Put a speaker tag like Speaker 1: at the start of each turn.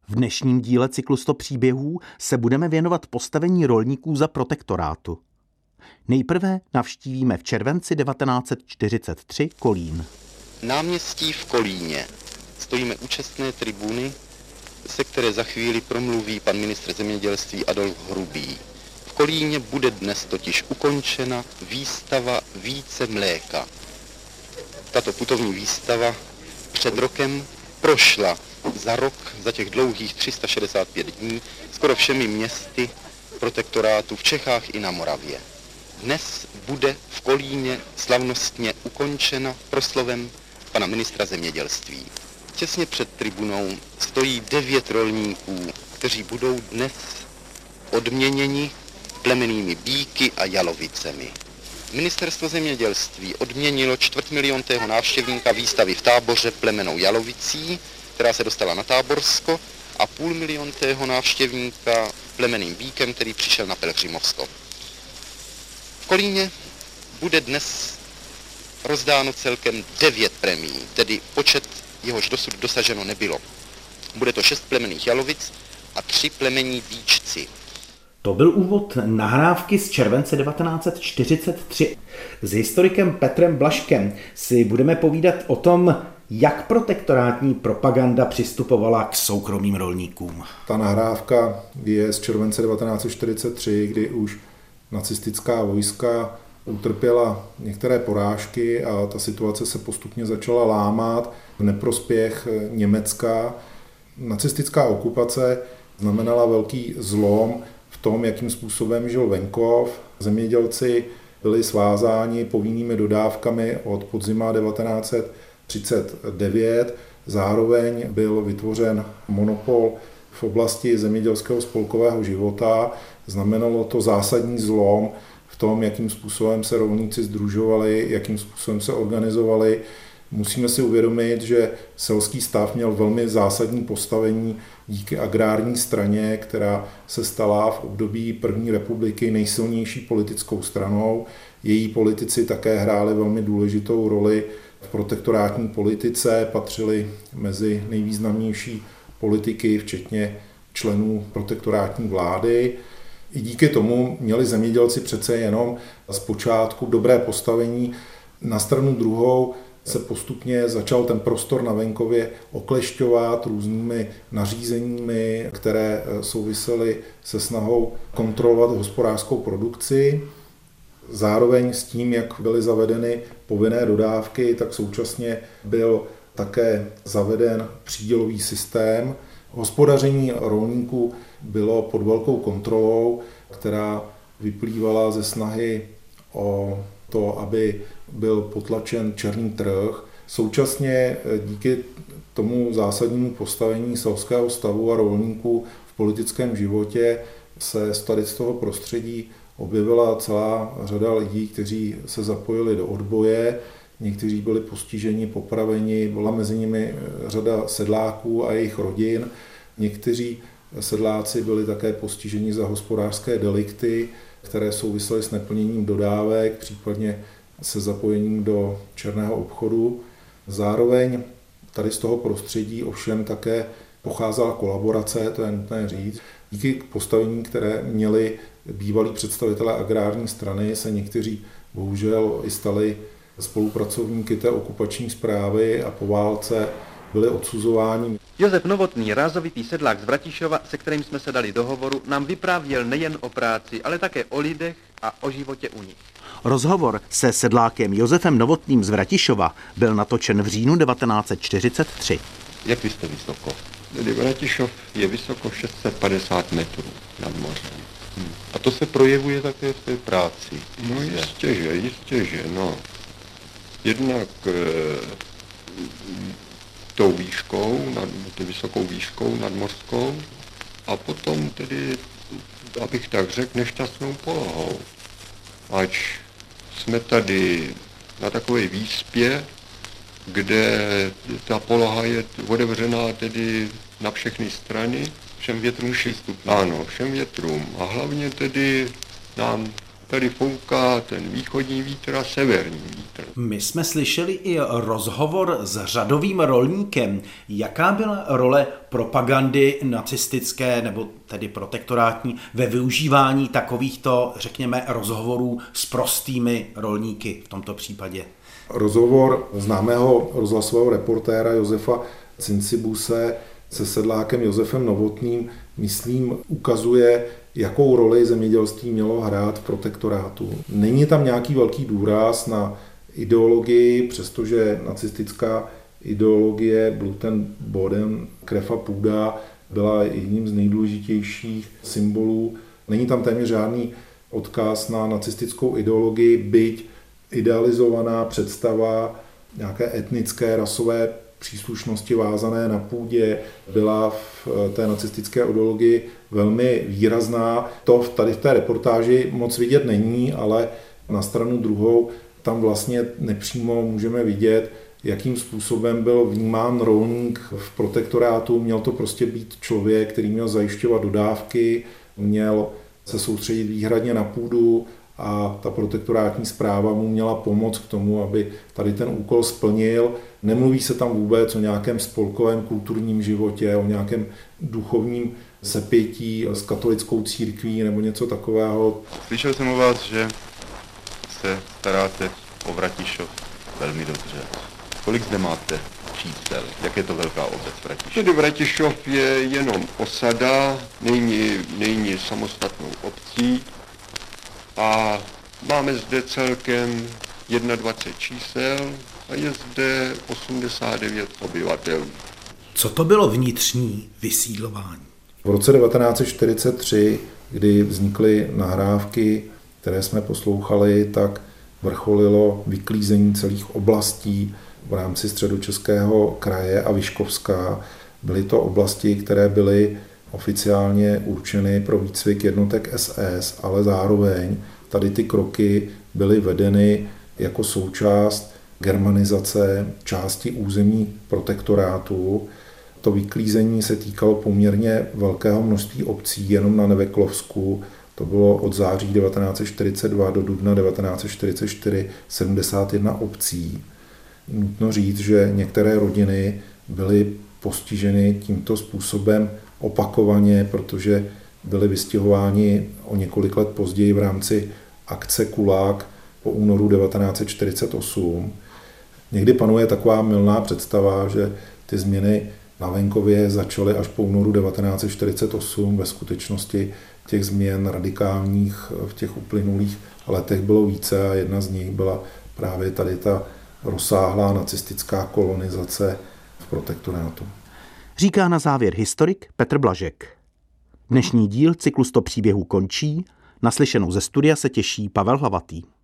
Speaker 1: V dnešním díle cyklu 100 příběhů se budeme věnovat postavení rolníků za protektorátu. Nejprve navštívíme v červenci 1943 Kolín.
Speaker 2: Náměstí v Kolíně. Stojíme u čestné tribuny, se které za chvíli promluví pan ministr zemědělství Adolf Hrubý. V Kolíně bude dnes totiž ukončena výstava Více mléka. Tato putovní výstava před rokem prošla za těch dlouhých 365 dní skoro všemi městy protektorátu v Čechách i na Moravě. Dnes bude v Kolíně slavnostně ukončena proslovem pana ministra zemědělství. Těsně před tribunou stojí 9 rolníků, kteří budou dnes odměněni plemennými býky a jalovicemi. Ministerstvo zemědělství odměnilo 250 000 návštěvníka výstavy v Táboře plemennou jalovicí, která se dostala na Táborsko, a 500 000 návštěvníka plemenným býkem, který přišel na Pelhřimovsko. V Kolíně bude dnes rozdáno celkem 9 premií, tedy počet, jehož dosud dosaženo nebylo. Bude to 6 plemenných jalovic a 3 plemenní býčci.
Speaker 1: To byl úvod nahrávky z července 1943. S historikem Petrem Blažkem si budeme povídat o tom, jak protektorátní propaganda přistupovala k soukromým rolníkům.
Speaker 3: Ta nahrávka je z července 1943, kdy už nacistická vojska utrpěla některé porážky a ta situace se postupně začala lámat v neprospěch Německa. Nacistická okupace znamenala velký zlom v tom, jakým způsobem žil venkov. Zemědělci byli svázáni povinnými dodávkami od podzima 1939. Zároveň byl vytvořen monopol v oblasti zemědělského spolkového života. Znamenalo to zásadní zlom v tom, jakým způsobem se rolníci sdružovali, jakým způsobem se organizovali. Musíme si uvědomit, že selský stav měl velmi zásadní postavení díky agrární straně, která se stala v období první republiky nejsilnější politickou stranou. Její politici také hráli velmi důležitou roli v protektorátní politice, patřili mezi nejvýznamnější politiky, včetně členů protektorátní vlády. I díky tomu měli zemědělci přece jenom zpočátku dobré postavení. Na stranu druhou se postupně začal ten prostor na venkově oklešťovat různými nařízeními, které souvisely se snahou kontrolovat hospodářskou produkci. Zároveň s tím, jak byly zavedeny povinné dodávky, tak současně byl také zaveden přídělový systém. Hospodaření rolníků bylo pod velkou kontrolou, která vyplývala ze snahy o to, aby byl potlačen černý trh. Současně díky tomu zásadnímu postavení selského stavu a rolníků v politickém životě se z toho prostředí objevila celá řada lidí, kteří se zapojili do odboje. Někteří byli postiženi, popraveni, byla mezi nimi řada sedláků a jejich rodin. Někteří sedláci byli také postiženi za hospodářské delikty, které souvisely s neplněním dodávek, případně se zapojením do černého obchodu. Zároveň tady z toho prostředí ovšem také pocházela kolaborace, to je nutné říct. Díky postavení, které měli bývalí představitelé agrární strany, se někteří bohužel i stali spolupracovníky té okupační správy a po válce byli odsuzováni.
Speaker 4: Josef Novotný, rázovitý sedlák z Vratišova, se kterým jsme se dali do hovoru, nám vyprávěl nejen o práci, ale také o lidech a o životě u nich.
Speaker 1: Rozhovor se sedlákem Josefem Novotným z Vratišova byl natočen v říjnu 1943.
Speaker 2: Jak vy jste vysoko?
Speaker 5: Tedy Vratišov je vysoko 650 metrů nad mořem.
Speaker 2: A to se projevuje také v té práci?
Speaker 5: No jistě, že, no. Jednak tou výškou, vysokou výškou nadmořskou, a potom tedy, abych tak řekl, nešťastnou polohou. Ač jsme tady na takové výspě, kde ta poloha je otevřená tedy na všechny strany.
Speaker 2: Všem větrům přístupný.
Speaker 5: Ano, všem větrům. A hlavně tedy nám tady fouká ten východní vítr a severní vítr.
Speaker 1: My jsme slyšeli i rozhovor s řadovým rolníkem. Jaká byla role propagandy nacistické nebo tedy protektorátní ve využívání takovýchto, řekněme, rozhovorů s prostými rolníky v tomto případě?
Speaker 3: Rozhovor známého rozhlasového reportéra Josefa Cincibuse se sedlákem Josefem Novotným, myslím, ukazuje, jakou roli zemědělství mělo hrát v protektorátu. Není tam nějaký velký důraz na ideologii, přestože nacistická ideologie Bluten, Boden, krev a půda byla jedním z nejdůležitějších symbolů. Není tam téměř žádný odkaz na nacistickou ideologii, byť idealizovaná představa nějaké etnické, rasové příslušnosti vázané na půdě byla v té nacistické ideologii velmi výrazná. To tady v té reportáži moc vidět není, ale na stranu druhou tam vlastně nepřímo můžeme vidět, jakým způsobem byl vnímán rolník v protektorátu. Měl to prostě být člověk, který měl zajišťovat dodávky, měl se soustředit výhradně na půdu a ta protektorátní správa mu měla pomoct k tomu, aby tady ten úkol splnil. Nemluví se tam vůbec o nějakém spolkovém kulturním životě, o nějakém duchovním sepětí s katolickou církví nebo něco takového.
Speaker 6: Slyšel jsem o vás, že se staráte o Vratišov velmi dobře. Kolik zde máte čísel? Jak je to velká obec Vratišov?
Speaker 5: Tedy Vratišov je jenom osada, není samostatnou obcí a máme zde celkem 21 čísel a je zde 89 obyvatel.
Speaker 1: Co to bylo vnitřní vysídlování?
Speaker 3: V roce 1943, kdy vznikly nahrávky, které jsme poslouchali, tak vrcholilo vyklízení celých oblastí v rámci Středočeského kraje a Vyškovska. Byly to oblasti, které byly oficiálně určeny pro výcvik jednotek SS, ale zároveň tady ty kroky byly vedeny jako součást germanizace části území protektorátu. To vyklízení se týkalo poměrně velkého množství obcí jenom na Neveklovsku. To bylo od září 1942 do dubna 1944 71 obcí. Nutno říct, že některé rodiny byly postiženy tímto způsobem opakovaně, protože byli vystěhováni o několik let později v rámci akce Kulák po únoru 1948. Někdy panuje taková mylná představa, že ty změny na venkově začaly až po únoru 1948. Ve skutečnosti těch změn radikálních v těch uplynulých letech bylo více a jedna z nich byla právě tady ta rozsáhlá nacistická kolonizace v protektorátu.
Speaker 1: Říká na závěr historik Petr Blažek. Dnešní díl cyklu 100 příběhů končí. Naslyšenou ze studia se těší Pavel Hlavatý.